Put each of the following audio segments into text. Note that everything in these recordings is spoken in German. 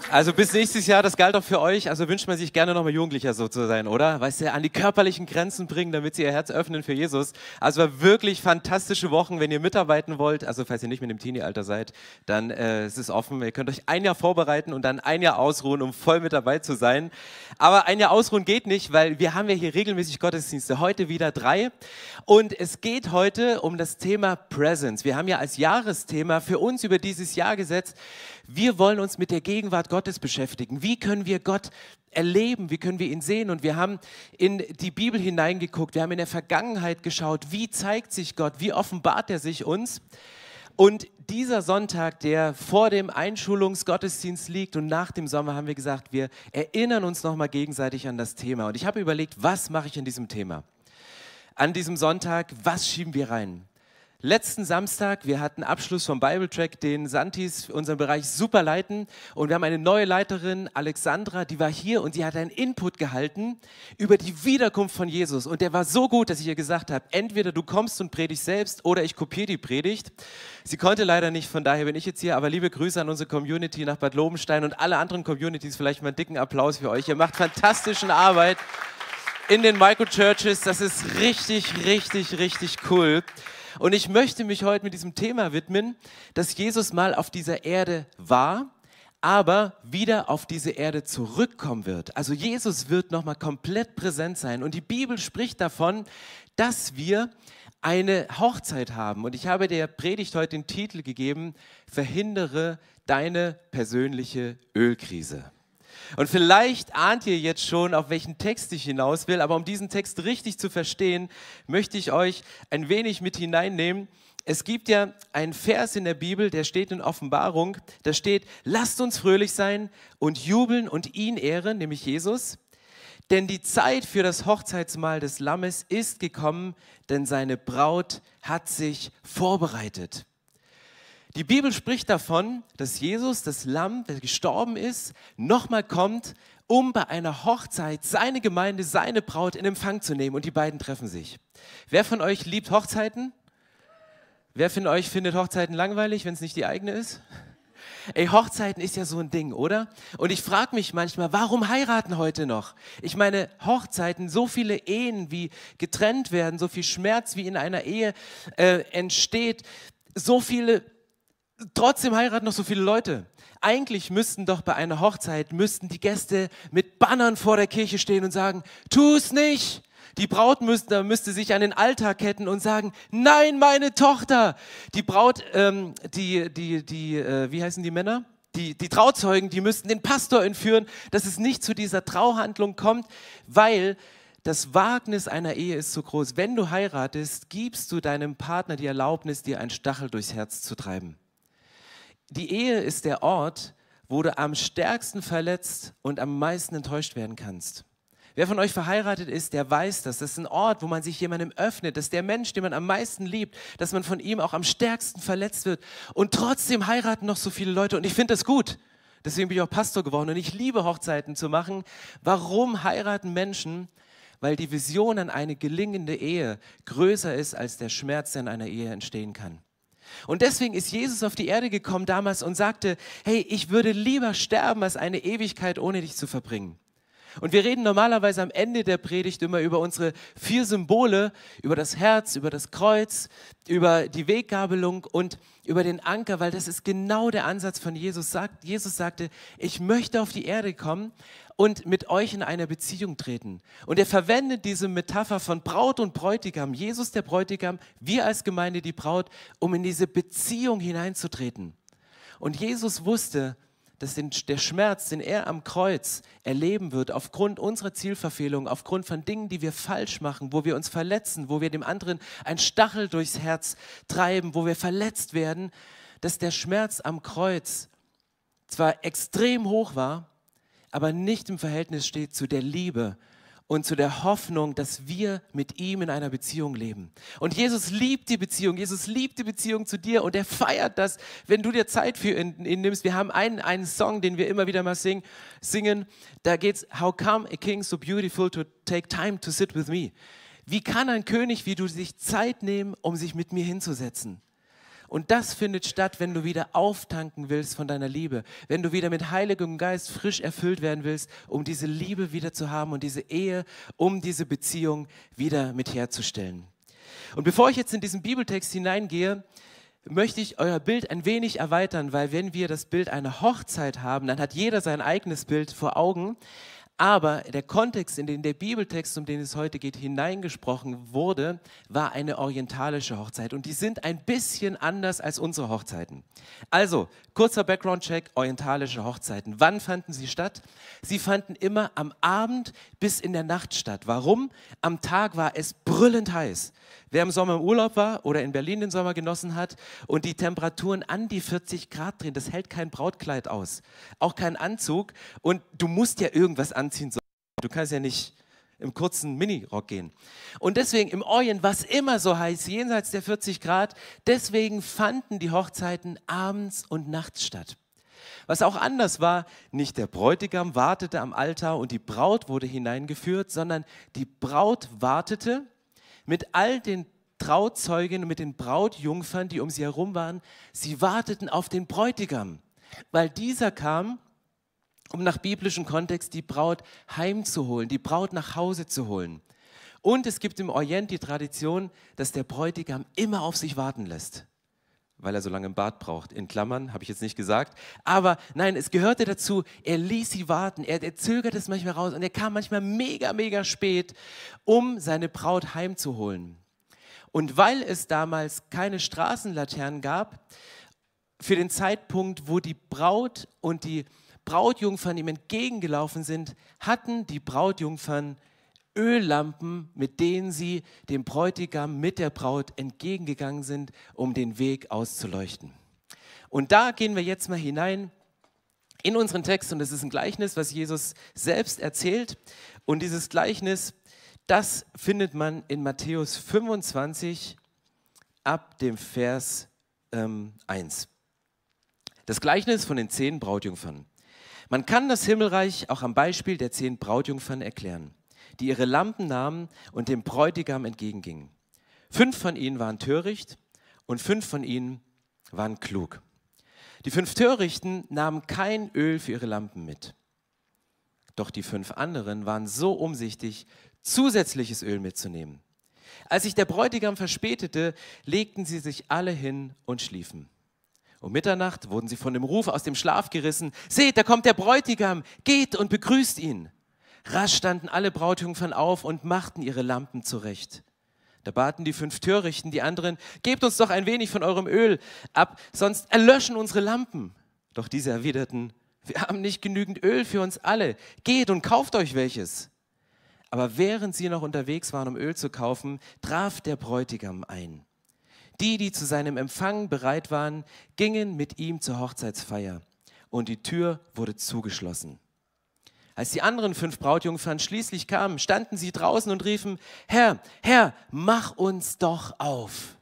Also bis nächstes Jahr, das galt auch für euch, also wünscht man sich gerne nochmal Jugendlicher so zu sein, oder? Weißt du, an die körperlichen Grenzen bringen, damit sie ihr Herz öffnen für Jesus. Also war wirklich fantastische Wochen, wenn ihr mitarbeiten wollt, also falls ihr nicht mit dem Teenie-Alter seid, dann es ist offen, ihr könnt euch ein Jahr vorbereiten und dann ein Jahr ausruhen, um voll mit dabei zu sein. Aber ein Jahr ausruhen geht nicht, weil wir haben ja hier regelmäßig Gottesdienste, heute wieder 3 und es geht heute um das Thema Presence. Wir haben ja als Jahresthema für uns über dieses Jahr gesetzt, wir wollen uns mit der Gegenwart Gottes beschäftigen. Wie können wir Gott erleben? Wie können wir ihn sehen? Und wir haben in die Bibel hineingeguckt. Wir haben in der Vergangenheit geschaut, wie zeigt sich Gott? Wie offenbart er sich uns? Und dieser Sonntag, der vor dem Einschulungsgottesdienst liegt und nach dem Sommer, haben wir gesagt, wir erinnern uns nochmal gegenseitig an das Thema. Und ich habe überlegt, was mache ich in diesem Thema? An diesem Sonntag, was schieben wir rein? Letzten Samstag, wir hatten Abschluss vom Bible Track, den Santis unseren Bereich super leiten und wir haben eine neue Leiterin, Alexandra, die war hier und sie hat einen Input gehalten über die Wiederkunft von Jesus und der war so gut, dass ich ihr gesagt habe, entweder du kommst und predigst selbst oder ich kopiere die Predigt. Sie konnte leider nicht, von daher bin ich jetzt hier, aber liebe Grüße an unsere Community nach Bad Lobenstein und alle anderen Communities, vielleicht mal einen dicken Applaus für euch. Ihr macht fantastische Arbeit in den Microchurches, das ist richtig, richtig, richtig cool. Und ich möchte mich heute mit diesem Thema widmen, dass Jesus mal auf dieser Erde war, aber wieder auf diese Erde zurückkommen wird. Also Jesus wird nochmal komplett präsent sein. Und die Bibel spricht davon, dass wir eine Hochzeit haben. Und ich habe der Predigt heute den Titel gegeben, Verhindere deine persönliche Ölkrise. Und vielleicht ahnt ihr jetzt schon, auf welchen Text ich hinaus will, aber um diesen Text richtig zu verstehen, möchte ich euch ein wenig mit hineinnehmen. Es gibt ja einen Vers in der Bibel, der steht in Offenbarung, da steht, lasst uns fröhlich sein und jubeln und ihn ehren, nämlich Jesus, denn die Zeit für das Hochzeitsmahl des Lammes ist gekommen, denn seine Braut hat sich vorbereitet. Die Bibel spricht davon, dass Jesus, das Lamm, der gestorben ist, nochmal kommt, um bei einer Hochzeit seine Gemeinde, seine Braut in Empfang zu nehmen und die beiden treffen sich. Wer von euch liebt Hochzeiten? Wer von euch findet Hochzeiten langweilig, wenn es nicht die eigene ist? Ey, Hochzeiten ist ja so ein Ding, oder? Und ich frage mich manchmal, warum heiraten heute noch? Ich meine, Hochzeiten, so viele Ehen, wie getrennt werden, so viel Schmerz, wie in einer Ehe entsteht, so viele. Trotzdem heiraten noch so viele Leute. Eigentlich müssten doch bei einer Hochzeit, die Gäste mit Bannern vor der Kirche stehen und sagen, tu es nicht. Die Braut müsste sich an den Altar ketten und sagen, nein, meine Tochter. Die Braut, wie heißen die Männer? Die Trauzeugen, die müssten den Pastor entführen, dass es nicht zu dieser Trauhandlung kommt, weil das Wagnis einer Ehe ist so groß. Wenn du heiratest, gibst du deinem Partner die Erlaubnis, dir einen Stachel durchs Herz zu treiben. Die Ehe ist der Ort, wo du am stärksten verletzt und am meisten enttäuscht werden kannst. Wer von euch verheiratet ist, der weiß das. Das ist ein Ort, wo man sich jemandem öffnet. Das ist der Mensch, den man am meisten liebt, dass man von ihm auch am stärksten verletzt wird. Und trotzdem heiraten noch so viele Leute. Und ich finde das gut. Deswegen bin ich auch Pastor geworden und ich liebe Hochzeiten zu machen. Warum heiraten Menschen? Weil die Vision an eine gelingende Ehe größer ist als der Schmerz, der in einer Ehe entstehen kann. Und deswegen ist Jesus auf die Erde gekommen damals und sagte, hey, ich würde lieber sterben, als eine Ewigkeit ohne dich zu verbringen. Und wir reden normalerweise am Ende der Predigt immer über unsere 4 Symbole, über das Herz, über das Kreuz, über die Weggabelung und über den Anker, weil das ist genau der Ansatz von Jesus. Jesus sagte, ich möchte auf die Erde kommen und mit euch in eine Beziehung treten. Und er verwendet diese Metapher von Braut und Bräutigam, Jesus der Bräutigam, wir als Gemeinde die Braut, um in diese Beziehung hineinzutreten. Und Jesus wusste, dass der Schmerz, den er am Kreuz erleben wird, aufgrund unserer Zielverfehlung, aufgrund von Dingen, die wir falsch machen, wo wir uns verletzen, wo wir dem anderen einen Stachel durchs Herz treiben, wo wir verletzt werden, dass der Schmerz am Kreuz zwar extrem hoch war, aber nicht im Verhältnis steht zu der Liebe und zu der Hoffnung, dass wir mit ihm in einer Beziehung leben. Und Jesus liebt die Beziehung zu dir und er feiert das, wenn du dir Zeit für ihn nimmst. Wir haben einen Song, den wir immer wieder mal singen, da geht's, How come a king so beautiful to take time to sit with me? Wie kann ein König wie du sich Zeit nehmen, um sich mit mir hinzusetzen? Und das findet statt, wenn du wieder auftanken willst von deiner Liebe, wenn du wieder mit Heiligem Geist frisch erfüllt werden willst, um diese Liebe wieder zu haben und diese Ehe, um diese Beziehung wieder mit herzustellen. Und bevor ich jetzt in diesen Bibeltext hineingehe, möchte ich euer Bild ein wenig erweitern, weil wenn wir das Bild einer Hochzeit haben, dann hat jeder sein eigenes Bild vor Augen. Aber der Kontext, in den der Bibeltext, um den es heute geht, hineingesprochen wurde, war eine orientalische Hochzeit. Und die sind ein bisschen anders als unsere Hochzeiten. Also, kurzer Background-Check, orientalische Hochzeiten. Wann fanden sie statt? Sie fanden immer am Abend bis in der Nacht statt. Warum? Am Tag war es brüllend heiß. Wer im Sommer im Urlaub war oder in Berlin den Sommer genossen hat und die Temperaturen an die 40 Grad drehen, das hält kein Brautkleid aus, auch kein Anzug und du musst ja irgendwas anziehen. Du kannst ja nicht im kurzen Minirock gehen. Und deswegen im Orient war es immer so heiß, jenseits der 40 Grad, deswegen fanden die Hochzeiten abends und nachts statt. Was auch anders war, nicht der Bräutigam wartete am Altar und die Braut wurde hineingeführt, sondern die Braut wartete mit all den Trauzeugen und mit den Brautjungfern, die um sie herum waren. Sie warteten auf den Bräutigam, weil dieser kam, um nach biblischem Kontext die Braut heimzuholen, die Braut nach Hause zu holen. Und es gibt im Orient die Tradition, dass der Bräutigam immer auf sich warten lässt, weil er so lange im Bad braucht. In Klammern, habe ich jetzt nicht gesagt. Aber nein, es gehörte dazu, er ließ sie warten. Er zögerte es manchmal raus und er kam manchmal mega spät, um seine Braut heimzuholen. Und weil es damals keine Straßenlaternen gab, für den Zeitpunkt, wo die Braut und die Brautjungfern ihm entgegengelaufen sind, hatten die Brautjungfern Öllampen, mit denen sie dem Bräutigam mit der Braut entgegengegangen sind, um den Weg auszuleuchten. Und da gehen wir jetzt mal hinein in unseren Text und es ist ein Gleichnis, was Jesus selbst erzählt. Und dieses Gleichnis, das findet man in Matthäus 25 ab dem Vers 1. Das Gleichnis von den 10 Brautjungfern. Man kann das Himmelreich auch am Beispiel der 10 Brautjungfern erklären, die ihre Lampen nahmen und dem Bräutigam entgegengingen. 5 von ihnen waren töricht und 5 von ihnen waren klug. Die 5 Törichten nahmen kein Öl für ihre Lampen mit. Doch die 5 anderen waren so umsichtig, zusätzliches Öl mitzunehmen. Als sich der Bräutigam verspätete, legten sie sich alle hin und schliefen. Um Mitternacht wurden sie von dem Ruf aus dem Schlaf gerissen. Seht, da kommt der Bräutigam, geht und begrüßt ihn. Rasch standen alle Brautjungfern auf und machten ihre Lampen zurecht. Da baten die 5 Törichten die anderen, gebt uns doch ein wenig von eurem Öl ab, sonst erlöschen unsere Lampen. Doch diese erwiderten, wir haben nicht genügend Öl für uns alle, geht und kauft euch welches. Aber während sie noch unterwegs waren, um Öl zu kaufen, traf der Bräutigam ein. Die zu seinem Empfang bereit waren, gingen mit ihm zur Hochzeitsfeier und die Tür wurde zugeschlossen. Als die anderen 5 Brautjungfern schließlich kamen, standen sie draußen und riefen, Herr, Herr, mach uns doch auf.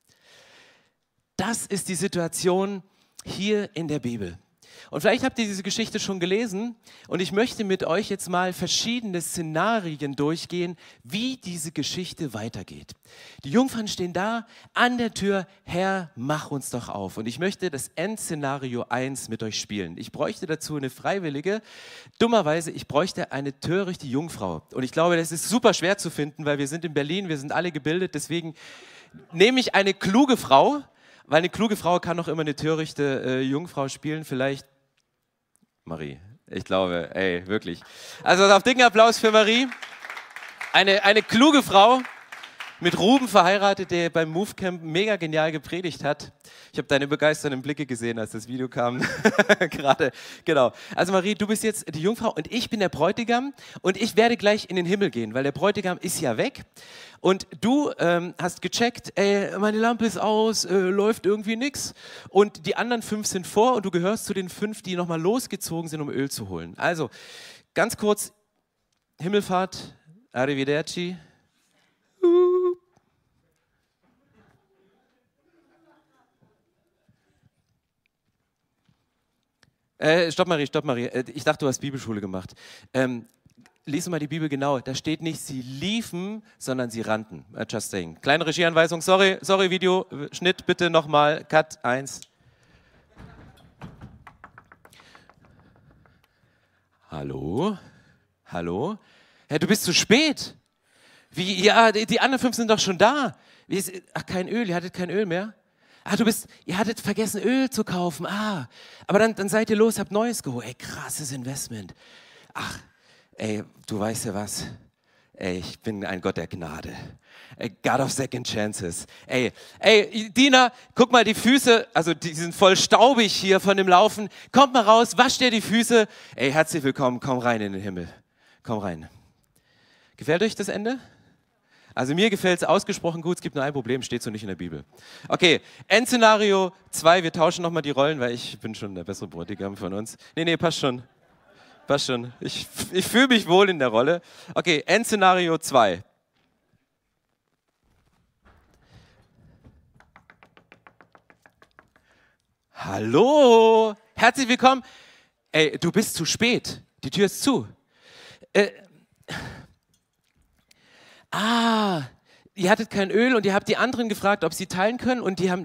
Das ist die Situation hier in der Bibel. Und vielleicht habt ihr diese Geschichte schon gelesen und ich möchte mit euch jetzt mal verschiedene Szenarien durchgehen, wie diese Geschichte weitergeht. Die Jungfern stehen da an der Tür, Herr, mach uns doch auf. Und ich möchte das Endszenario 1 mit euch spielen. Ich bräuchte dazu eine Freiwillige. Dummerweise, ich bräuchte eine törichte Jungfrau. Und ich glaube, das ist super schwer zu finden, weil wir sind in Berlin, wir sind alle gebildet. Deswegen nehme ich eine kluge Frau, weil eine kluge Frau kann auch immer eine törichte Jungfrau spielen. Vielleicht Marie, ich glaube, ey, wirklich. Also auf dicken Applaus für Marie. Eine kluge Frau, mit Ruben verheiratet, der beim Movecamp mega genial gepredigt hat. Ich habe deine begeisternden Blicke gesehen, als das Video kam. Gerade, genau. Also Marie, du bist jetzt die Jungfrau und ich bin der Bräutigam und ich werde gleich in den Himmel gehen, weil der Bräutigam ist ja weg. Und du hast gecheckt, ey, meine Lampe ist aus, läuft irgendwie nix. Und die anderen 5 sind vor und du gehörst zu den 5, die nochmal losgezogen sind, um Öl zu holen. Also, ganz kurz, Himmelfahrt, Arrivederci. Stopp, Marie. Ich dachte, du hast Bibelschule gemacht. lies mal die Bibel genau, da steht nicht, sie liefen, sondern sie rannten. Just saying. Kleine Regieanweisung, sorry, Video, Schnitt bitte nochmal, Cut 1. Hallo? Hallo? Ja, du bist zu spät. Wie? Ja, die anderen 5 sind doch schon da. Ach, kein Öl, ihr hattet kein Öl mehr? Ah, ihr hattet vergessen Öl zu kaufen. Ah, aber dann seid ihr los, habt Neues geholt. Ey, krasses Investment. Ach, ey, du weißt ja was. Ey, ich bin ein Gott der Gnade. Ey, God of Second Chances. Ey, Dina, guck mal, die Füße, also die sind voll staubig hier von dem Laufen. Kommt mal raus, wasch dir die Füße. Ey, herzlich willkommen, komm rein in den Himmel. Komm rein. Gefällt euch das Ende? Also mir gefällt es ausgesprochen gut, es gibt nur ein Problem, steht so nicht in der Bibel. Okay, Endszenario 2, wir tauschen nochmal die Rollen, weil ich bin schon der bessere Bräutigam von uns. Nee, passt schon. Passt schon. Ich fühle mich wohl in der Rolle. Okay, Endszenario 2. Hallo, herzlich willkommen. Ey, du bist zu spät, die Tür ist zu. Ihr hattet kein Öl und ihr habt die anderen gefragt, ob sie teilen können und die haben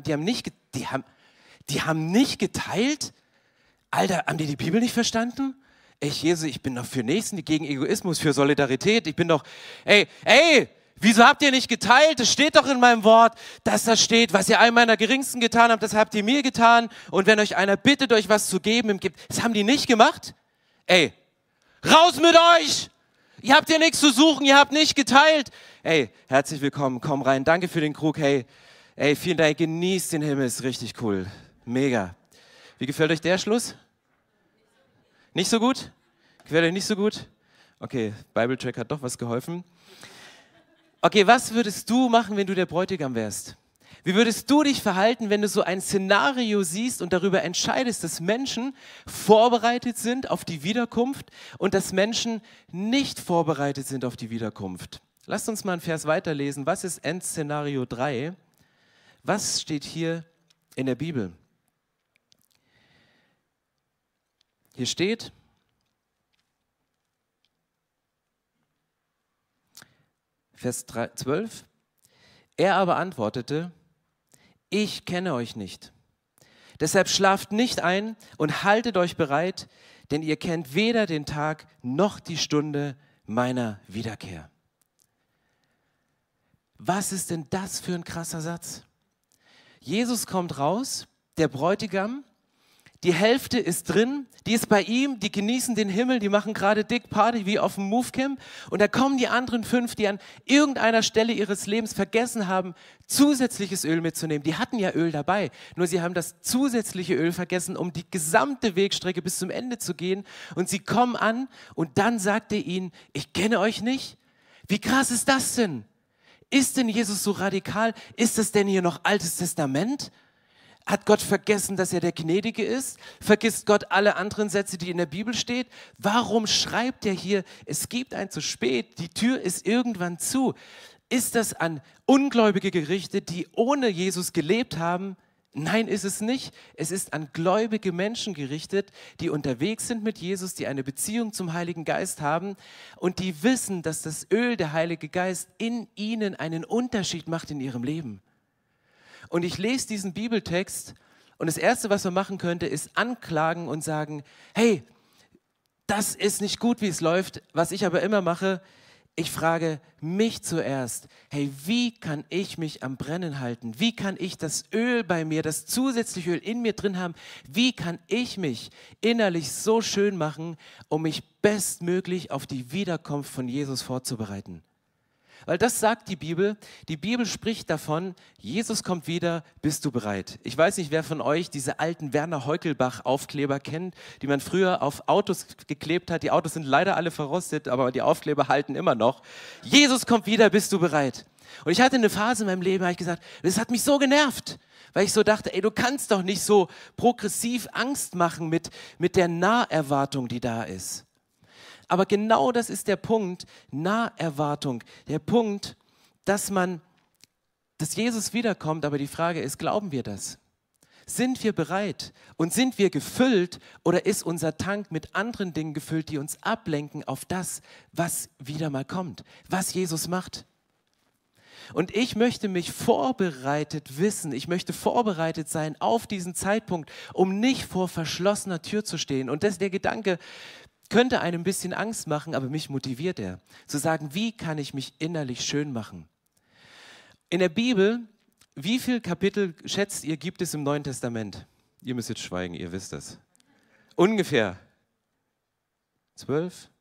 nicht geteilt? Alter, haben die Bibel nicht verstanden? Jesus, ich bin doch für Nächsten, gegen Egoismus, für Solidarität. Ich bin doch, wieso habt ihr nicht geteilt? Es steht doch in meinem Wort, dass da steht, was ihr einem meiner Geringsten getan habt, das habt ihr mir getan. Und wenn euch einer bittet, euch was zu geben, das haben die nicht gemacht? Ey, raus mit euch! Ihr habt hier nichts zu suchen, ihr habt nicht geteilt. Ey, herzlich willkommen, komm rein, danke für den Krug, hey, vielen Dank, genießt den Himmel, ist richtig cool, mega. Wie gefällt euch der Schluss? Nicht so gut? Gefällt euch nicht so gut? Okay, Bible Track hat doch was geholfen. Okay, was würdest du machen, wenn du der Bräutigam wärst? Wie würdest du dich verhalten, wenn du so ein Szenario siehst und darüber entscheidest, dass Menschen vorbereitet sind auf die Wiederkunft und dass Menschen nicht vorbereitet sind auf die Wiederkunft? Lasst uns mal einen Vers weiterlesen. Was ist Endszenario 3? Was steht hier in der Bibel? Hier steht, Vers 12, er aber antwortete, ich kenne euch nicht. Deshalb schlaft nicht ein und haltet euch bereit, denn ihr kennt weder den Tag noch die Stunde meiner Wiederkehr. Was ist denn das für ein krasser Satz? Jesus kommt raus, der Bräutigam, die Hälfte ist drin, die ist bei ihm, die genießen den Himmel, die machen gerade dick Party wie auf dem Movecamp und da kommen die anderen 5, die an irgendeiner Stelle ihres Lebens vergessen haben, zusätzliches Öl mitzunehmen. Die hatten ja Öl dabei, nur sie haben das zusätzliche Öl vergessen, um die gesamte Wegstrecke bis zum Ende zu gehen und sie kommen an und dann sagt er ihnen, ich kenne euch nicht. Wie krass ist das denn? Ist denn Jesus so radikal? Ist das denn hier noch Altes Testament? Hat Gott vergessen, dass er der Gnädige ist? Vergisst Gott alle anderen Sätze, die in der Bibel stehen? Warum schreibt er hier, es gibt ein zu spät, die Tür ist irgendwann zu? Ist das an Ungläubige gerichtet, die ohne Jesus gelebt haben? Nein, ist es nicht. Es ist an gläubige Menschen gerichtet, die unterwegs sind mit Jesus, die eine Beziehung zum Heiligen Geist haben und die wissen, dass das Öl, der Heilige Geist, in ihnen einen Unterschied macht in ihrem Leben. Und ich lese diesen Bibeltext und das Erste, was man machen könnte, ist anklagen und sagen, hey, das ist nicht gut, wie es läuft. Was ich aber immer mache, ich frage mich zuerst, hey, wie kann ich mich am Brennen halten? Wie kann ich das Öl bei mir, das zusätzliche Öl in mir drin haben? Wie kann ich mich innerlich so schön machen, um mich bestmöglich auf die Wiederkunft von Jesus vorzubereiten? Weil das sagt die Bibel. Die Bibel spricht davon, Jesus kommt wieder, bist du bereit? Ich weiß nicht, wer von euch diese alten Werner Heukelbach-Aufkleber kennt, die man früher auf Autos geklebt hat. Die Autos sind leider alle verrostet, aber die Aufkleber halten immer noch. Jesus kommt wieder, bist du bereit? Und ich hatte eine Phase in meinem Leben, da habe ich gesagt, das hat mich so genervt, weil ich so dachte, ey, du kannst doch nicht so progressiv Angst machen mit der Naherwartung, die da ist. Aber genau das ist der Punkt, Naherwartung, der Punkt, dass Jesus wiederkommt, aber die Frage ist, glauben wir das? Sind wir bereit und sind wir gefüllt oder ist unser Tank mit anderen Dingen gefüllt, die uns ablenken auf das, was wieder mal kommt, was Jesus macht? Und ich möchte mich vorbereitet wissen, ich möchte vorbereitet sein auf diesen Zeitpunkt, um nicht vor verschlossener Tür zu stehen. Und der Gedanke könnte einem ein bisschen Angst machen, aber mich motiviert er, zu sagen, wie kann ich mich innerlich schön machen? In der Bibel, wie viele Kapitel, schätzt ihr, gibt es im Neuen Testament? Ihr müsst jetzt schweigen, ihr wisst es. Ungefähr 12?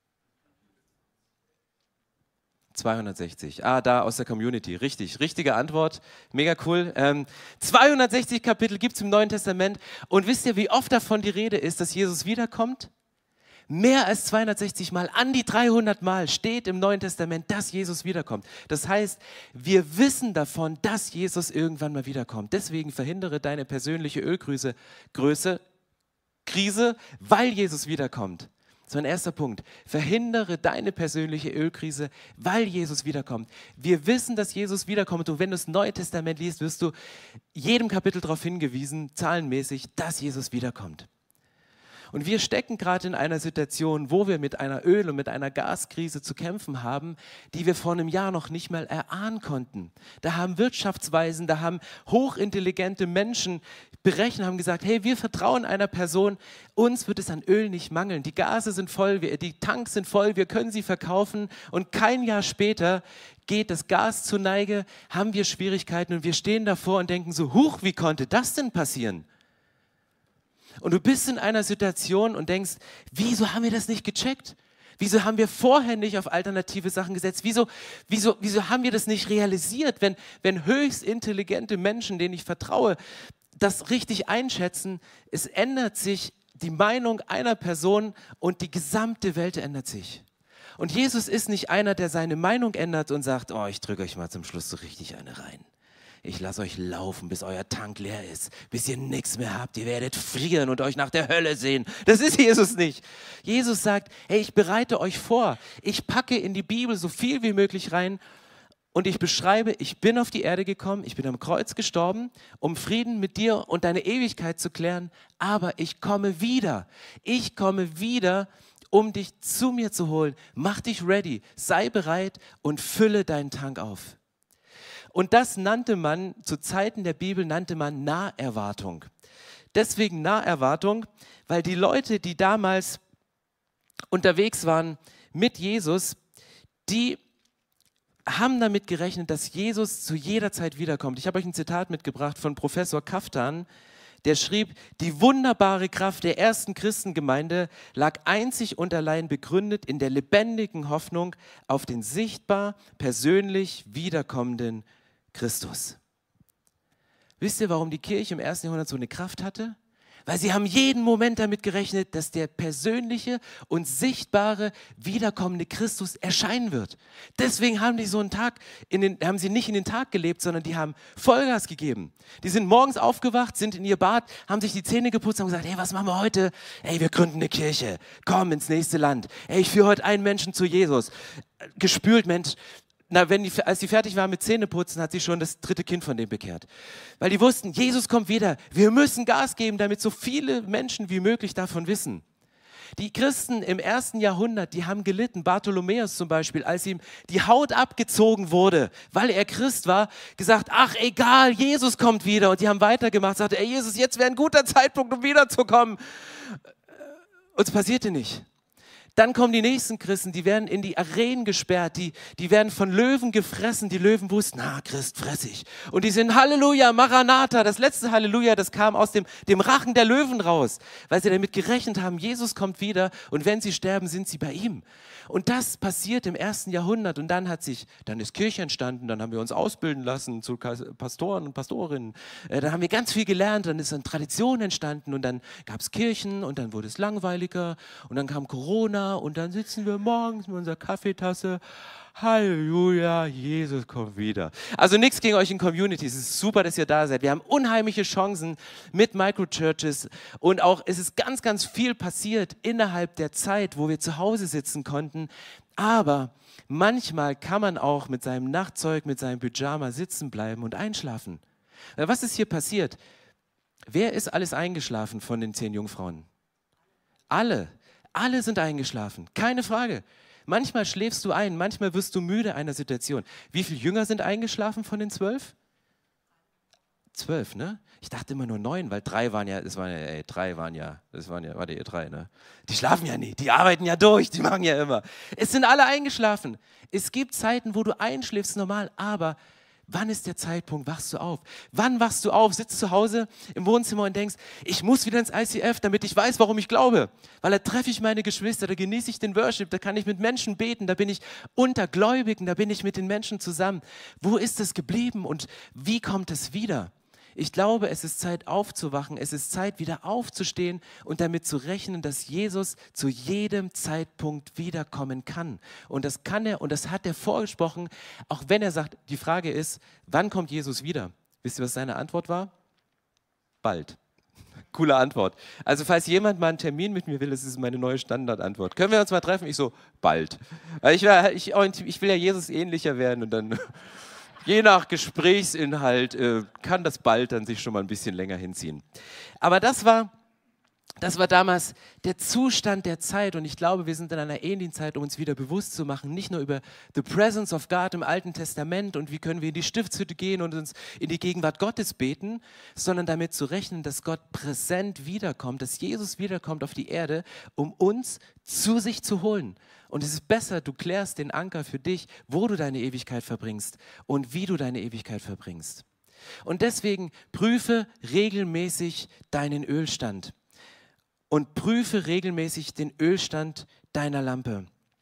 260. Ah, da aus der Community. Richtig, richtige Antwort. Mega cool. 260 Kapitel gibt es im Neuen Testament. Und wisst ihr, wie oft davon die Rede ist, dass Jesus wiederkommt? Mehr als 260 Mal, an die 300 Mal steht im Neuen Testament, dass Jesus wiederkommt. Das heißt, wir wissen davon, dass Jesus irgendwann mal wiederkommt. Deswegen verhindere deine persönliche Ölkrise, Krise, weil Jesus wiederkommt. Das ist mein erster Punkt. Verhindere deine persönliche Ölkrise, weil Jesus wiederkommt. Wir wissen, dass Jesus wiederkommt. Und wenn du das Neue Testament liest, wirst du jedem Kapitel darauf hingewiesen, zahlenmäßig, dass Jesus wiederkommt. Und wir stecken gerade in einer Situation, wo wir mit einer Öl- und mit einer Gaskrise zu kämpfen haben, die wir vor einem Jahr noch nicht mal erahnen konnten. Da haben Wirtschaftsweisen, da haben hochintelligente Menschen berechnet, haben gesagt, hey, wir vertrauen einer Person, uns wird es an Öl nicht mangeln. Die Gase sind voll, die Tanks sind voll, wir können sie verkaufen. Und kein Jahr später geht das Gas zur Neige, haben wir Schwierigkeiten und wir stehen davor und denken so, huch, wie konnte das denn passieren? Und du bist in einer Situation und denkst, wieso haben wir das nicht gecheckt? Wieso haben wir vorher nicht auf alternative Sachen gesetzt? Wieso haben wir das nicht realisiert, wenn höchst intelligente Menschen, denen ich vertraue, das richtig einschätzen? Es ändert sich die Meinung einer Person und die gesamte Welt ändert sich. Und Jesus ist nicht einer, der seine Meinung ändert und sagt, oh, ich drücke euch mal zum Schluss so richtig eine rein. Ich lasse euch laufen, bis euer Tank leer ist, bis ihr nichts mehr habt. Ihr werdet frieren und euch nach der Hölle sehen. Das ist Jesus nicht. Jesus sagt, hey, ich bereite euch vor. Ich packe in die Bibel so viel wie möglich rein und ich beschreibe, ich bin auf die Erde gekommen, ich bin am Kreuz gestorben, um Frieden mit dir und deine Ewigkeit zu klären, aber ich komme wieder. Ich komme wieder, um dich zu mir zu holen. Mach dich ready, sei bereit und fülle deinen Tank auf. Und das nannte man, zu Zeiten der Bibel nannte man Naherwartung. Deswegen Naherwartung, weil die Leute, die damals unterwegs waren mit Jesus, die haben damit gerechnet, dass Jesus zu jeder Zeit wiederkommt. Ich habe euch ein Zitat mitgebracht von Professor Kaftan, der schrieb, die wunderbare Kraft der ersten Christengemeinde lag einzig und allein begründet in der lebendigen Hoffnung auf den sichtbar, persönlich wiederkommenden Christus. Wisst ihr, warum die Kirche im 1. Jahrhundert so eine Kraft hatte? Weil sie haben jeden Moment damit gerechnet, dass der persönliche und sichtbare, wiederkommende Christus erscheinen wird. Deswegen haben die so einen Tag, haben sie nicht in den Tag gelebt, sondern die haben Vollgas gegeben. Die sind morgens aufgewacht, sind in ihr Bad, haben sich die Zähne geputzt und haben gesagt, hey, was machen wir heute? Ey, wir gründen eine Kirche, komm ins nächste Land. Ey, ich führe heute einen Menschen zu Jesus. Gespült, Mensch. Na, als sie fertig war mit Zähneputzen, hat sie schon das 3. Kind von dem bekehrt. Weil die wussten, Jesus kommt wieder. Wir müssen Gas geben, damit so viele Menschen wie möglich davon wissen. Die Christen im 1. Jahrhundert, die haben gelitten. Bartholomäus zum Beispiel, als ihm die Haut abgezogen wurde, weil er Christ war, gesagt, ach egal, Jesus kommt wieder. Und die haben weitergemacht, sagte, ey Jesus, jetzt wäre ein guter Zeitpunkt, um wiederzukommen. Und es passierte nicht. Dann kommen die nächsten Christen, die werden in die Arenen gesperrt, die werden von Löwen gefressen. Die Löwen wussten, Christ fress ich. Und die sind Halleluja, Maranatha. Das letzte Halleluja, das kam aus dem Rachen der Löwen raus, weil sie damit gerechnet haben, Jesus kommt wieder und wenn sie sterben, sind sie bei ihm. Und das passiert im 1. Jahrhundert und dann ist Kirche entstanden, dann haben wir uns ausbilden lassen zu Pastoren und Pastorinnen. Dann haben wir ganz viel gelernt, dann ist eine Tradition entstanden und dann gab es Kirchen und dann wurde es langweiliger und dann kam Corona und dann sitzen wir morgens mit unserer Kaffeetasse. Halleluja, Jesus kommt wieder. Also nichts gegen euch in Communities, es ist super, dass ihr da seid. Wir haben unheimliche Chancen mit Microchurches und auch es ist ganz, ganz viel passiert innerhalb der Zeit, wo wir zu Hause sitzen konnten. Aber manchmal kann man auch mit seinem Nachtzeug, mit seinem Pyjama sitzen bleiben und einschlafen. Was ist hier passiert? Wer ist alles eingeschlafen von den 10 Jungfrauen? Alle. Alle sind eingeschlafen. Keine Frage. Manchmal schläfst du ein, manchmal wirst du müde einer Situation. Wie viele Jünger sind eingeschlafen von den 12? 12, ne? Ich dachte immer nur 9, weil 3 waren ja, wart ihr 3, ne? Die schlafen ja nie, die arbeiten ja durch, die machen ja immer. Es sind alle eingeschlafen. Es gibt Zeiten, wo du einschläfst, normal, aber wann ist der Zeitpunkt, wachst du auf? Wann wachst du auf, sitzt zu Hause im Wohnzimmer und denkst, ich muss wieder ins ICF, damit ich weiß, warum ich glaube. Weil da treffe ich meine Geschwister, da genieße ich den Worship, da kann ich mit Menschen beten, da bin ich unter Gläubigen, da bin ich mit den Menschen zusammen. Wo ist es geblieben und wie kommt es wieder? Ich glaube, es ist Zeit aufzuwachen, es ist Zeit wieder aufzustehen und damit zu rechnen, dass Jesus zu jedem Zeitpunkt wiederkommen kann. Und das kann er und das hat er vorgesprochen, auch wenn er sagt, die Frage ist, wann kommt Jesus wieder? Wisst ihr, was seine Antwort war? Bald. Coole Antwort. Also falls jemand mal einen Termin mit mir will, das ist meine neue Standardantwort. Können wir uns mal treffen? Ich so, bald. Ich will ja Jesus ähnlicher werden und dann... Je nach Gesprächsinhalt kann das bald dann sich schon mal ein bisschen länger hinziehen. Aber das war damals der Zustand der Zeit und ich glaube, wir sind in einer ähnlichen Zeit, um uns wieder bewusst zu machen, nicht nur über the presence of God im Alten Testament und wie können wir in die Stiftshütte gehen und uns in die Gegenwart Gottes beten, sondern damit zu rechnen, dass Gott präsent wiederkommt, dass Jesus wiederkommt auf die Erde, um uns zu sich zu holen. Und es ist besser, du klärst den Anker für dich, wo du deine Ewigkeit verbringst und wie du deine Ewigkeit verbringst. Und deswegen prüfe regelmäßig deinen Ölstand. Und prüfe regelmäßig den Ölstand deiner Lampe.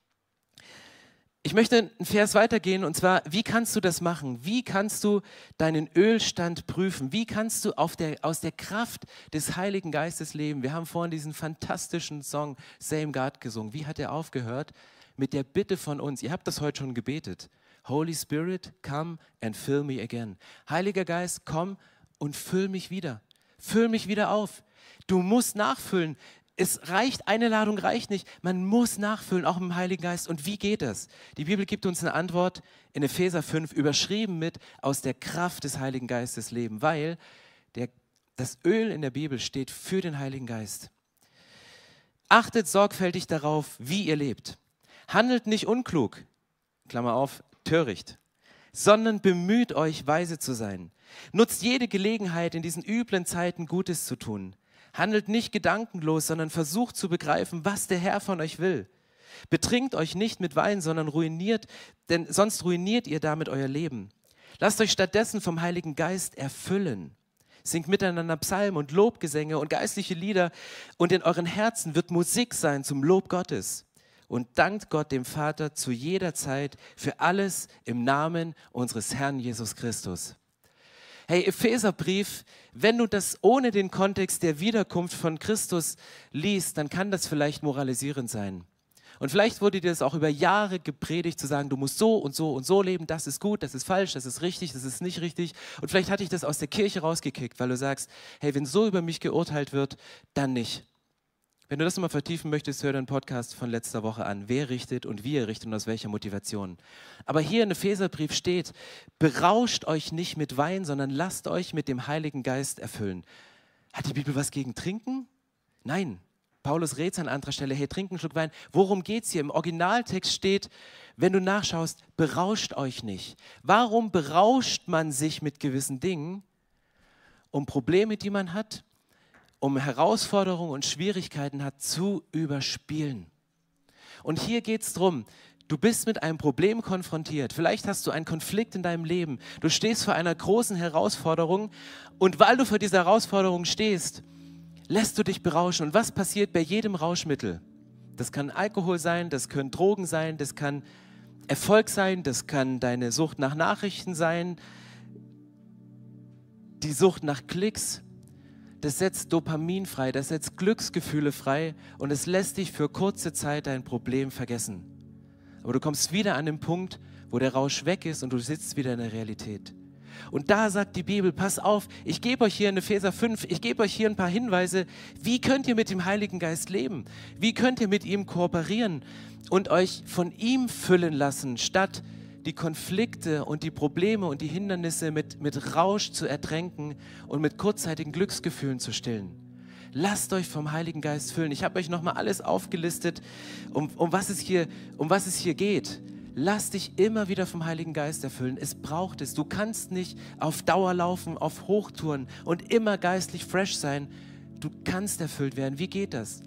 Ich möchte einen Vers weitergehen und zwar, wie kannst du das machen? Wie kannst du deinen Ölstand prüfen? Wie kannst du aus der Kraft des Heiligen Geistes leben? Wir haben vorhin diesen fantastischen Song Same God gesungen. Wie hat er aufgehört? Mit der Bitte von uns. Ihr habt das heute schon gebetet. Holy Spirit, come and fill me again. Heiliger Geist, komm und füll mich wieder. Füll mich wieder auf. Du musst nachfüllen. Es reicht, eine Ladung reicht nicht. Man muss nachfüllen, auch im Heiligen Geist. Und wie geht das? Die Bibel gibt uns eine Antwort in Epheser 5, überschrieben mit aus der Kraft des Heiligen Geistes leben, weil das Öl in der Bibel steht für den Heiligen Geist. Achtet sorgfältig darauf, wie ihr lebt. Handelt nicht unklug, Klammer auf, töricht, sondern bemüht euch, weise zu sein. Nutzt jede Gelegenheit, in diesen üblen Zeiten Gutes zu tun. Handelt nicht gedankenlos, sondern versucht zu begreifen, was der Herr von euch will. Betrinkt euch nicht mit Wein, sondern sonst ruiniert ihr damit euer Leben. Lasst euch stattdessen vom Heiligen Geist erfüllen. Singt miteinander Psalmen und Lobgesänge und geistliche Lieder und in euren Herzen wird Musik sein zum Lob Gottes. Und dankt Gott dem Vater zu jeder Zeit für alles im Namen unseres Herrn Jesus Christus. Hey, Epheserbrief, wenn du das ohne den Kontext der Wiederkunft von Christus liest, dann kann das vielleicht moralisierend sein. Und vielleicht wurde dir das auch über Jahre gepredigt, zu sagen, du musst so und so und so leben, das ist gut, das ist falsch, das ist richtig, das ist nicht richtig. Und vielleicht hat dich das aus der Kirche rausgekickt, weil du sagst, hey, wenn so über mich geurteilt wird, dann nicht. Wenn du das nochmal vertiefen möchtest, hör den Podcast von letzter Woche an. Wer richtet und wie er richtet und aus welcher Motivation. Aber hier in Epheserbrief steht, berauscht euch nicht mit Wein, sondern lasst euch mit dem Heiligen Geist erfüllen. Hat die Bibel was gegen Trinken? Nein. Paulus rät an anderer Stelle, hey, trink einen Schluck Wein. Worum geht es hier? Im Originaltext steht, wenn du nachschaust, berauscht euch nicht. Warum berauscht man sich mit gewissen Dingen? Um Probleme, die man hat, um Herausforderungen und Schwierigkeiten hat, zu überspielen. Und hier geht es darum, du bist mit einem Problem konfrontiert. Vielleicht hast du einen Konflikt in deinem Leben. Du stehst vor einer großen Herausforderung und weil du vor dieser Herausforderung stehst, lässt du dich berauschen. Und was passiert bei jedem Rauschmittel? Das kann Alkohol sein, das können Drogen sein, das kann Erfolg sein, das kann deine Sucht nach Nachrichten sein, die Sucht nach Klicks. Das setzt Dopamin frei, das setzt Glücksgefühle frei und es lässt dich für kurze Zeit dein Problem vergessen. Aber du kommst wieder an den Punkt, wo der Rausch weg ist und du sitzt wieder in der Realität. Und da sagt die Bibel, pass auf, ich gebe euch hier in Epheser 5, ich gebe euch hier ein paar Hinweise, wie könnt ihr mit dem Heiligen Geist leben? Wie könnt ihr mit ihm kooperieren und euch von ihm füllen lassen, statt die Konflikte und die Probleme und die Hindernisse mit Rausch zu ertränken und mit kurzzeitigen Glücksgefühlen zu stillen. Lasst euch vom Heiligen Geist füllen. Ich habe euch nochmal alles aufgelistet, um was es hier geht. Lass dich immer wieder vom Heiligen Geist erfüllen. Es braucht es. Du kannst nicht auf Dauer laufen, auf Hochtouren und immer geistlich fresh sein. Du kannst erfüllt werden. Wie geht das?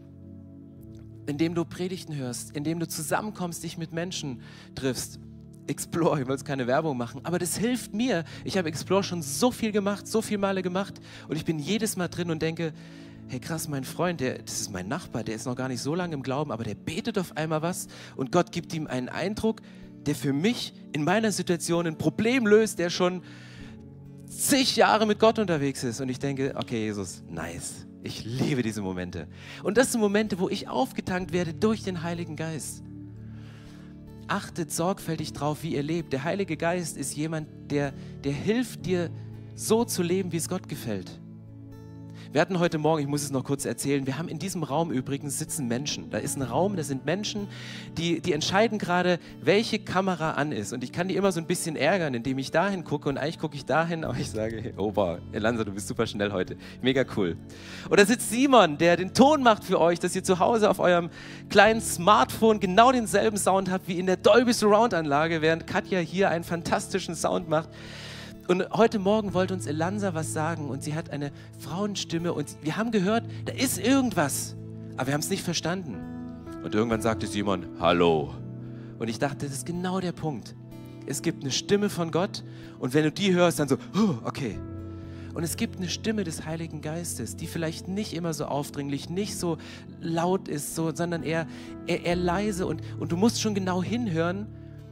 Indem du Predigten hörst, indem du zusammenkommst, dich mit Menschen triffst. Explore, ich will jetzt keine Werbung machen, aber das hilft mir. Ich habe Explore schon so viel gemacht, so viele Male gemacht und ich bin jedes Mal drin und denke, hey krass, mein Freund, das ist mein Nachbar, der ist noch gar nicht so lange im Glauben, aber der betet auf einmal was und Gott gibt ihm einen Eindruck, der für mich in meiner Situation ein Problem löst, der schon zig Jahre mit Gott unterwegs ist und ich denke, okay Jesus, nice. Ich liebe diese Momente. Und das sind Momente, wo ich aufgetankt werde durch den Heiligen Geist. Achtet sorgfältig drauf, wie ihr lebt. Der Heilige Geist ist jemand, der hilft dir, so zu leben, wie es Gott gefällt. Wir hatten heute Morgen, ich muss es noch kurz erzählen, wir haben in diesem Raum übrigens sitzen Menschen. Da ist ein Raum, da sind Menschen, die entscheiden gerade, welche Kamera an ist. Und ich kann die immer so ein bisschen ärgern, indem ich dahin gucke und eigentlich gucke ich dahin, aber ich sage, hey, Opa, Elanza, du bist super schnell heute. Mega cool. Und da sitzt Simon, der den Ton macht für euch, dass ihr zu Hause auf eurem kleinen Smartphone genau denselben Sound habt wie in der Dolby Surround Anlage, während Katja hier einen fantastischen Sound macht. Und heute Morgen wollte uns Elanza was sagen und sie hat eine Frauenstimme und wir haben gehört, da ist irgendwas, aber wir haben es nicht verstanden. Und irgendwann sagte Simon, hallo. Und ich dachte, das ist genau der Punkt. Es gibt eine Stimme von Gott und wenn du die hörst, dann so, okay. Und es gibt eine Stimme des Heiligen Geistes, die vielleicht nicht immer so aufdringlich, nicht so laut ist, sondern eher leise und du musst schon genau hinhören.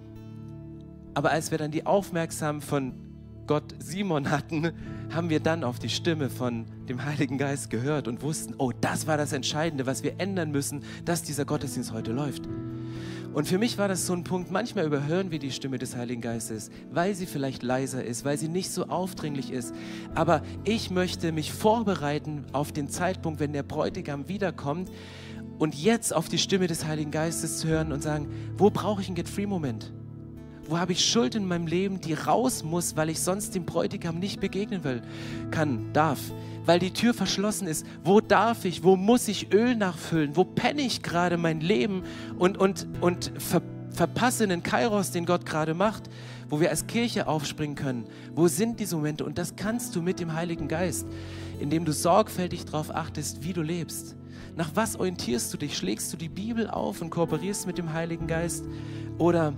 Aber als wir dann die Aufmerksamkeit von Gott Simon hatten, haben wir dann auf die Stimme von dem Heiligen Geist gehört und wussten, oh, das war das Entscheidende, was wir ändern müssen, dass dieser Gottesdienst heute läuft. Und für mich war das so ein Punkt, manchmal überhören wir die Stimme des Heiligen Geistes, weil sie vielleicht leiser ist, weil sie nicht so aufdringlich ist. Aber ich möchte mich vorbereiten auf den Zeitpunkt, wenn der Bräutigam wiederkommt und jetzt auf die Stimme des Heiligen Geistes zu hören und sagen, wo brauche ich einen Get-Free-Moment? Wo habe ich Schuld in meinem Leben, die raus muss, weil ich sonst dem Bräutigam nicht begegnen darf? Weil die Tür verschlossen ist. Wo darf ich, wo muss ich Öl nachfüllen? Wo penne ich gerade mein Leben und verpasse einen Kairos, den Gott gerade macht, wo wir als Kirche aufspringen können? Wo sind diese Momente? Und das kannst du mit dem Heiligen Geist, indem du sorgfältig darauf achtest, wie du lebst. Nach was orientierst du dich? Schlägst du die Bibel auf und kooperierst mit dem Heiligen Geist? Oder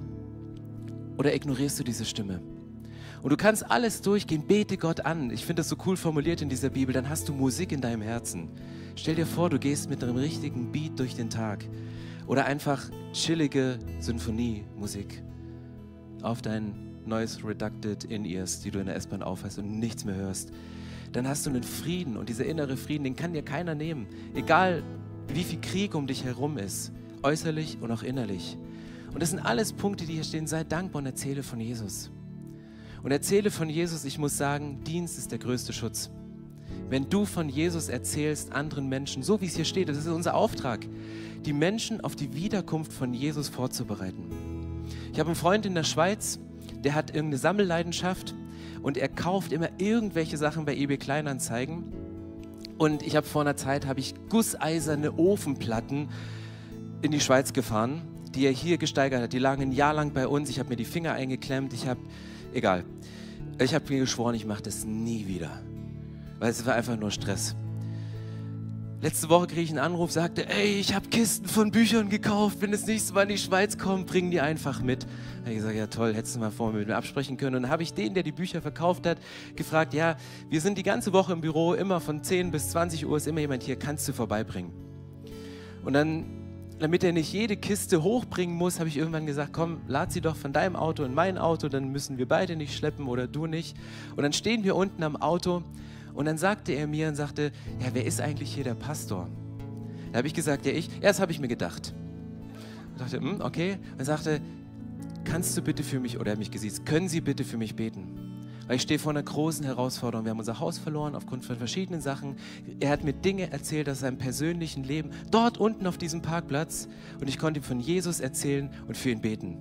ignorierst du diese Stimme? Und du kannst alles durchgehen, bete Gott an. Ich finde das so cool formuliert in dieser Bibel, dann hast du Musik in deinem Herzen. Stell dir vor, du gehst mit einem richtigen Beat durch den Tag. Oder einfach chillige Sinfoniemusik auf dein neues Reducted In-Ears, die du in der S-Bahn aufhast und nichts mehr hörst. Dann hast du einen Frieden und dieser innere Frieden, den kann dir keiner nehmen. Egal, wie viel Krieg um dich herum ist, äußerlich und auch innerlich. Und das sind alles Punkte, die hier stehen. Sei dankbar und erzähle von Jesus. Und erzähle von Jesus, ich muss sagen, Dienst ist der größte Schutz. Wenn du von Jesus erzählst anderen Menschen, so wie es hier steht, das ist unser Auftrag, die Menschen auf die Wiederkunft von Jesus vorzubereiten. Ich habe einen Freund in der Schweiz, der hat irgendeine Sammelleidenschaft und er kauft immer irgendwelche Sachen bei eBay Kleinanzeigen. Und ich habe vor einer Zeit, gusseiserne Ofenplatten in die Schweiz gefahren, die er hier gesteigert hat. Die lagen ein Jahr lang bei uns. Ich habe mir die Finger eingeklemmt. Ich habe mir geschworen, ich mache das nie wieder. Weil es war einfach nur Stress. Letzte Woche kriege ich einen Anruf, sagte, ey, ich habe Kisten von Büchern gekauft. Wenn das nächste Mal in die Schweiz kommt, bringen die einfach mit. Da habe ich gesagt, ja toll, hättest du mal vorher mit mir absprechen können. Und dann habe ich den, der die Bücher verkauft hat, gefragt, ja, wir sind die ganze Woche im Büro, immer von 10 bis 20 Uhr ist immer jemand hier, kannst du vorbeibringen? Und dann, damit er nicht jede Kiste hochbringen muss, habe ich irgendwann gesagt, komm, lad sie doch von deinem Auto in mein Auto, dann müssen wir beide nicht schleppen oder du nicht. Und dann stehen wir unten am Auto und dann sagte er mir und sagte, ja, wer ist eigentlich hier der Pastor? Da habe ich gesagt, ja, ich. Ja, das habe ich mir gedacht. Ich dachte, okay. Und er sagte, kannst du bitte für mich, oder er hat mich gesiezt, können Sie bitte für mich beten? Weil ich stehe vor einer großen Herausforderung. Wir haben unser Haus verloren aufgrund von verschiedenen Sachen. Er hat mir Dinge erzählt aus seinem persönlichen Leben, dort unten auf diesem Parkplatz. Und ich konnte ihm von Jesus erzählen und für ihn beten.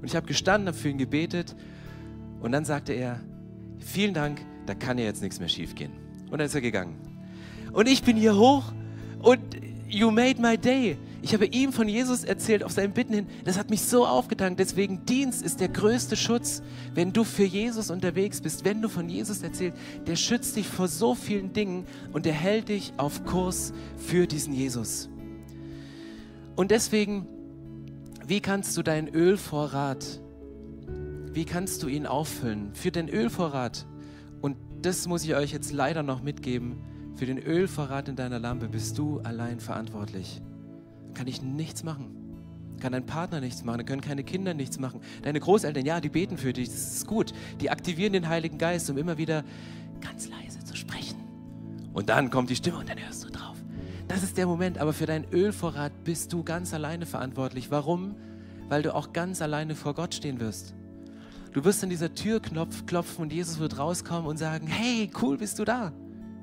Und ich habe gestanden, habe für ihn gebetet und dann sagte er, vielen Dank, da kann ja jetzt nichts mehr schief gehen. Und dann ist er gegangen. Und ich bin hier hoch und you made my day. Ich habe ihm von Jesus erzählt, auf seinen Bitten hin. Das hat mich so aufgetankt. Deswegen, Dienst ist der größte Schutz, wenn du für Jesus unterwegs bist. Wenn du von Jesus erzählst, der schützt dich vor so vielen Dingen und der hält dich auf Kurs für diesen Jesus. Und deswegen, wie kannst du deinen Ölvorrat, wie kannst du ihn auffüllen? Für den Ölvorrat, und das muss ich euch jetzt leider noch mitgeben, für den Ölvorrat in deiner Lampe bist du allein verantwortlich. Kann ich nichts machen. Kann dein Partner nichts machen, dann können keine Kinder nichts machen. Deine Großeltern, ja, die beten für dich, das ist gut. Die aktivieren den Heiligen Geist, um immer wieder ganz leise zu sprechen. Und dann kommt die Stimme und dann hörst du drauf. Das ist der Moment, aber für deinen Ölvorrat bist du ganz alleine verantwortlich. Warum? Weil du auch ganz alleine vor Gott stehen wirst. Du wirst an dieser Tür klopfen und Jesus wird rauskommen und sagen, hey, cool, bist du da?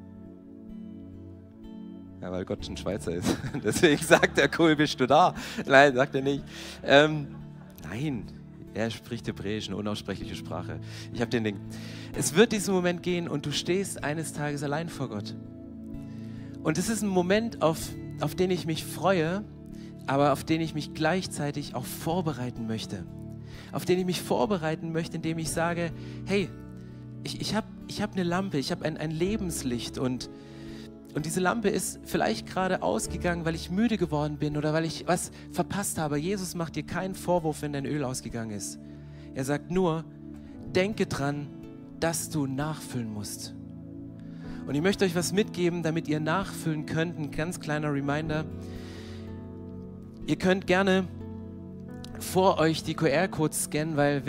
Ja, weil Gott ein Schweizer ist. Deswegen sagt er, cool, bist du da? Nein, sagt er nicht. Nein, er spricht Hebräisch, eine unaussprechliche Sprache. Ich habe den Ding. Es wird diesen Moment gehen und du stehst eines Tages allein vor Gott. Und es ist ein Moment, auf den ich mich freue, aber auf den ich mich gleichzeitig auch vorbereiten möchte. Auf den ich mich vorbereiten möchte, indem ich sage, hey, ich hab eine Lampe, ich habe ein Lebenslicht und diese Lampe ist vielleicht gerade ausgegangen, weil ich müde geworden bin oder weil ich was verpasst habe. Jesus macht dir keinen Vorwurf, wenn dein Öl ausgegangen ist. Er sagt nur, denke dran, dass du nachfüllen musst. Und ich möchte euch was mitgeben, damit ihr nachfüllen könnt. Ein ganz kleiner Reminder. Ihr könnt gerne vor euch die QR-Codes scannen, weil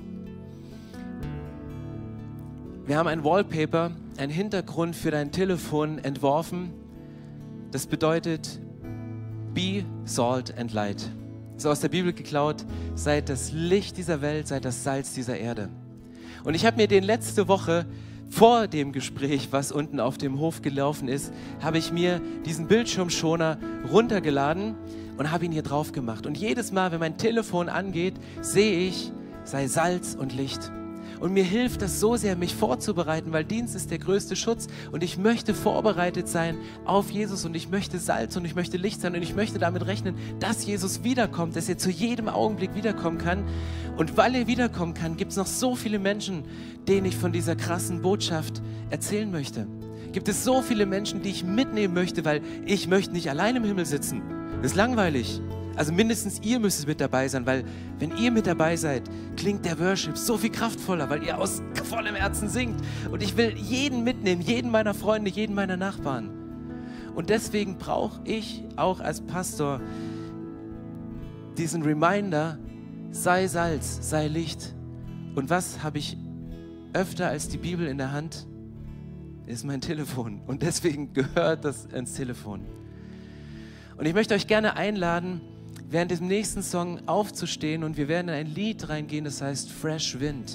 wir haben ein Wallpaper, einen Hintergrund für dein Telefon entworfen. Das bedeutet Be Salt and Light. Das ist aus der Bibel geklaut. Seid das Licht dieser Welt, seid das Salz dieser Erde. Und ich habe mir den letzte Woche vor dem Gespräch, was unten auf dem Hof gelaufen ist, habe ich mir diesen Bildschirmschoner runtergeladen und habe ihn hier drauf gemacht. Und jedes Mal, wenn mein Telefon angeht, sehe ich, sei Salz und Licht. Und mir hilft das so sehr, mich vorzubereiten, weil Dienst ist der größte Schutz und ich möchte vorbereitet sein auf Jesus und ich möchte Salz und ich möchte Licht sein und ich möchte damit rechnen, dass Jesus wiederkommt, dass er zu jedem Augenblick wiederkommen kann. Und weil er wiederkommen kann, gibt es noch so viele Menschen, denen ich von dieser krassen Botschaft erzählen möchte. Gibt es so viele Menschen, die ich mitnehmen möchte, weil ich möchte nicht allein im Himmel sitzen. Das ist langweilig. Also mindestens ihr müsst mit dabei sein, weil wenn ihr mit dabei seid, klingt der Worship so viel kraftvoller, weil ihr aus vollem Herzen singt. Und ich will jeden mitnehmen, jeden meiner Freunde, jeden meiner Nachbarn. Und deswegen brauche ich auch als Pastor diesen Reminder, sei Salz, sei Licht. Und was habe ich öfter als die Bibel in der Hand? Ist mein Telefon. Und deswegen gehört das ins Telefon. Und ich möchte euch gerne einladen, während dem nächsten Song aufzustehen und wir werden in ein Lied reingehen, das heißt Fresh Wind.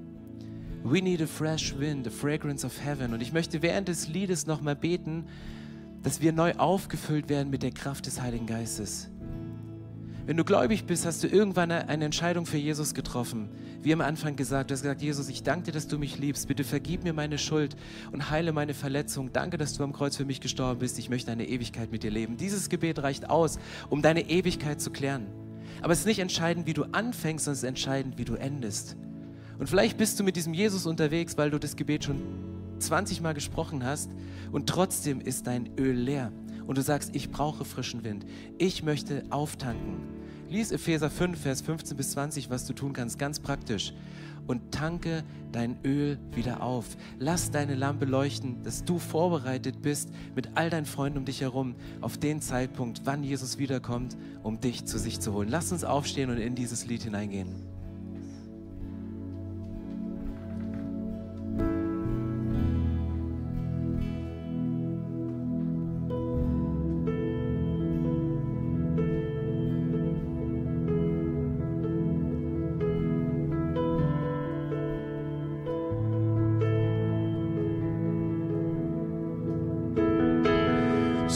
We need a fresh wind, the fragrance of heaven. Und ich möchte während des Liedes nochmal beten, dass wir neu aufgefüllt werden mit der Kraft des Heiligen Geistes. Wenn du gläubig bist, hast du irgendwann eine Entscheidung für Jesus getroffen. Wie am Anfang gesagt, du hast gesagt, Jesus, ich danke dir, dass du mich liebst. Bitte vergib mir meine Schuld und heile meine Verletzung. Danke, dass du am Kreuz für mich gestorben bist. Ich möchte eine Ewigkeit mit dir leben. Dieses Gebet reicht aus, um deine Ewigkeit zu klären. Aber es ist nicht entscheidend, wie du anfängst, sondern es ist entscheidend, wie du endest. Und vielleicht bist du mit diesem Jesus unterwegs, weil du das Gebet schon 20 Mal gesprochen hast und trotzdem ist dein Öl leer. Und du sagst, ich brauche frischen Wind. Ich möchte auftanken. Lies Epheser 5, Vers 15 bis 20, was du tun kannst, ganz praktisch. Und tanke dein Öl wieder auf. Lass deine Lampe leuchten, dass du vorbereitet bist mit all deinen Freunden um dich herum auf den Zeitpunkt, wann Jesus wiederkommt, um dich zu sich zu holen. Lass uns aufstehen und in dieses Lied hineingehen.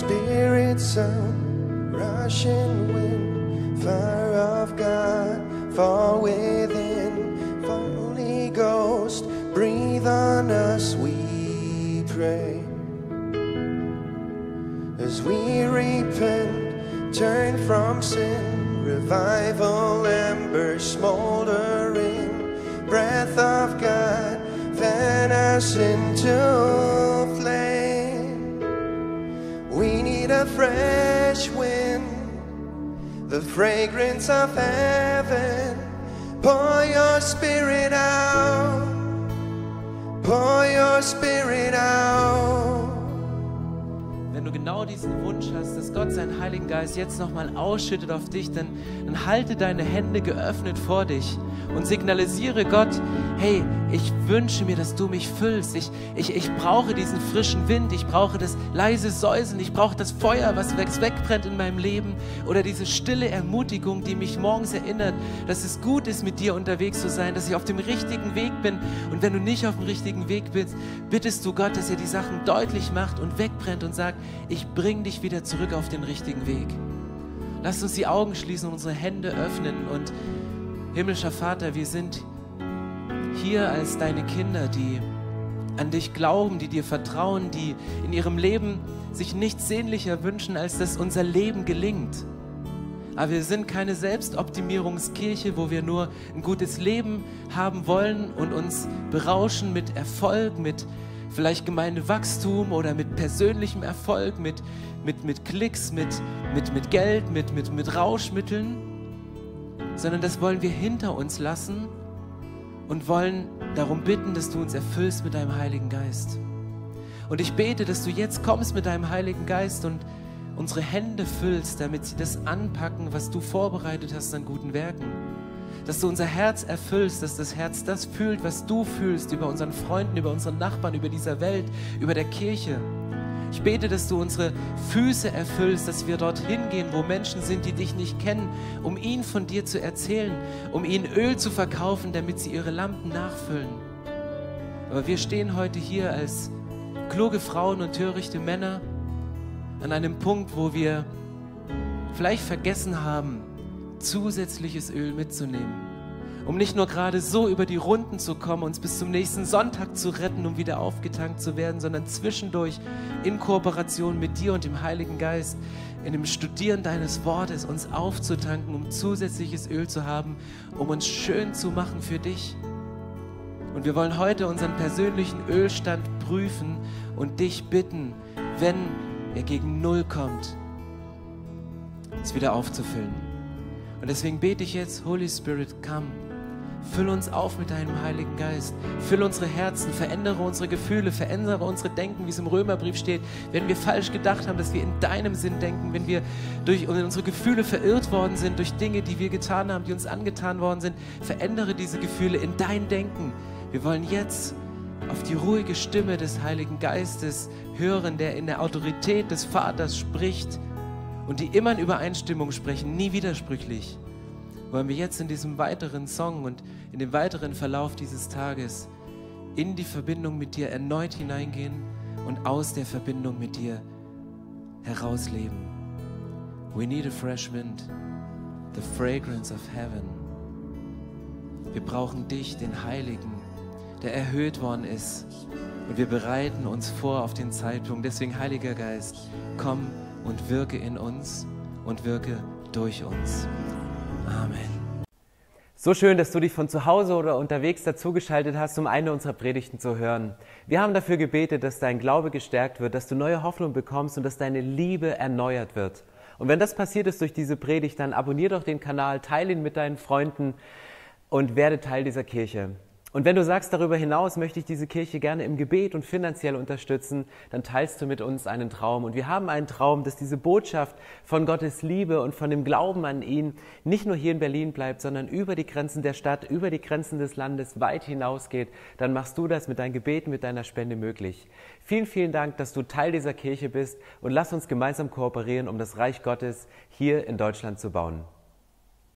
Spirit sound, rushing wind, fire of God, fall within. Holy Ghost, breathe on us, we pray. As we repent, turn from sin, revival embers smoldering, breath of God, fan us into flame. We need a fresh wind, the fragrance of heaven. Pour your spirit out, pour your spirit out. Wenn du genau diesen Wunsch hast, dass Gott seinen Heiligen Geist jetzt nochmal ausschüttet auf dich, dann halte deine Hände geöffnet vor dich und signalisiere Gott, hey, ich wünsche mir, dass du mich füllst. Ich brauche diesen frischen Wind, ich brauche das leise Säuseln, ich brauche das Feuer, was wegbrennt in meinem Leben, oder diese stille Ermutigung, die mich morgens erinnert, dass es gut ist, mit dir unterwegs zu sein, dass ich auf dem richtigen Weg bin. Und wenn du nicht auf dem richtigen Weg bist, bittest du Gott, dass er die Sachen deutlich macht und wegbrennt und sagt, ich bringe dich wieder zurück auf den richtigen Weg. Lass uns die Augen schließen und unsere Hände öffnen. Und himmlischer Vater, wir sind hier als deine Kinder, die an dich glauben, die dir vertrauen, die in ihrem Leben sich nichts sehnlicher wünschen, als dass unser Leben gelingt. Aber wir sind keine Selbstoptimierungskirche, wo wir nur ein gutes Leben haben wollen und uns berauschen mit Erfolg, mit vielleicht Gemeindewachstum oder mit persönlichem Erfolg, mit Klicks, mit Geld, mit Rauschmitteln, sondern das wollen wir hinter uns lassen und wollen darum bitten, dass du uns erfüllst mit deinem Heiligen Geist. Und ich bete, dass du jetzt kommst mit deinem Heiligen Geist und unsere Hände füllst, damit sie das anpacken, was du vorbereitet hast an guten Werken. Dass du unser Herz erfüllst, dass das Herz das fühlt, was du fühlst über unseren Freunden, über unseren Nachbarn, über dieser Welt, über der Kirche. Ich bete, dass du unsere Füße erfüllst, dass wir dorthin gehen, wo Menschen sind, die dich nicht kennen, um ihnen von dir zu erzählen, um ihnen Öl zu verkaufen, damit sie ihre Lampen nachfüllen. Aber wir stehen heute hier als kluge Frauen und törichte Männer an einem Punkt, wo wir vielleicht vergessen haben, zusätzliches Öl mitzunehmen, um nicht nur gerade so über die Runden zu kommen, uns bis zum nächsten Sonntag zu retten, um wieder aufgetankt zu werden, sondern zwischendurch in Kooperation mit dir und dem Heiligen Geist, in dem Studieren deines Wortes uns aufzutanken, um zusätzliches Öl zu haben, um uns schön zu machen für dich. Und wir wollen heute unseren persönlichen Ölstand prüfen und dich bitten, wenn er gegen Null kommt, es wieder aufzufüllen. Und deswegen bete ich jetzt, Holy Spirit, komm, füll uns auf mit deinem Heiligen Geist, füll unsere Herzen, verändere unsere Gefühle, verändere unsere Denken, wie es im Römerbrief steht. Wenn wir falsch gedacht haben, dass wir in deinem Sinn denken, wenn wir durch unsere Gefühle verirrt worden sind, durch Dinge, die wir getan haben, die uns angetan worden sind, verändere diese Gefühle in dein Denken. Wir wollen jetzt auf die ruhige Stimme des Heiligen Geistes hören, der in der Autorität des Vaters spricht und die immer in Übereinstimmung sprechen, nie widersprüchlich. Wollen wir jetzt in diesem weiteren Song und in dem weiteren Verlauf dieses Tages in die Verbindung mit dir erneut hineingehen und aus der Verbindung mit dir herausleben. We need a fresh wind, the fragrance of heaven. Wir brauchen dich, den Heiligen, der erhöht worden ist. Und wir bereiten uns vor auf den Zeitpunkt. Deswegen, Heiliger Geist, komm und wirke in uns und wirke durch uns. Amen. So schön, dass du dich von zu Hause oder unterwegs dazugeschaltet hast, um eine unserer Predigten zu hören. Wir haben dafür gebetet, dass dein Glaube gestärkt wird, dass du neue Hoffnung bekommst und dass deine Liebe erneuert wird. Und wenn das passiert ist durch diese Predigt, dann abonnier doch den Kanal, teile ihn mit deinen Freunden und werde Teil dieser Kirche. Und wenn du sagst, darüber hinaus möchte ich diese Kirche gerne im Gebet und finanziell unterstützen, dann teilst du mit uns einen Traum. Und wir haben einen Traum, dass diese Botschaft von Gottes Liebe und von dem Glauben an ihn nicht nur hier in Berlin bleibt, sondern über die Grenzen der Stadt, über die Grenzen des Landes weit hinausgeht. Dann machst du das mit deinen Gebeten, mit deiner Spende möglich. Vielen, vielen Dank, dass du Teil dieser Kirche bist und lass uns gemeinsam kooperieren, um das Reich Gottes hier in Deutschland zu bauen.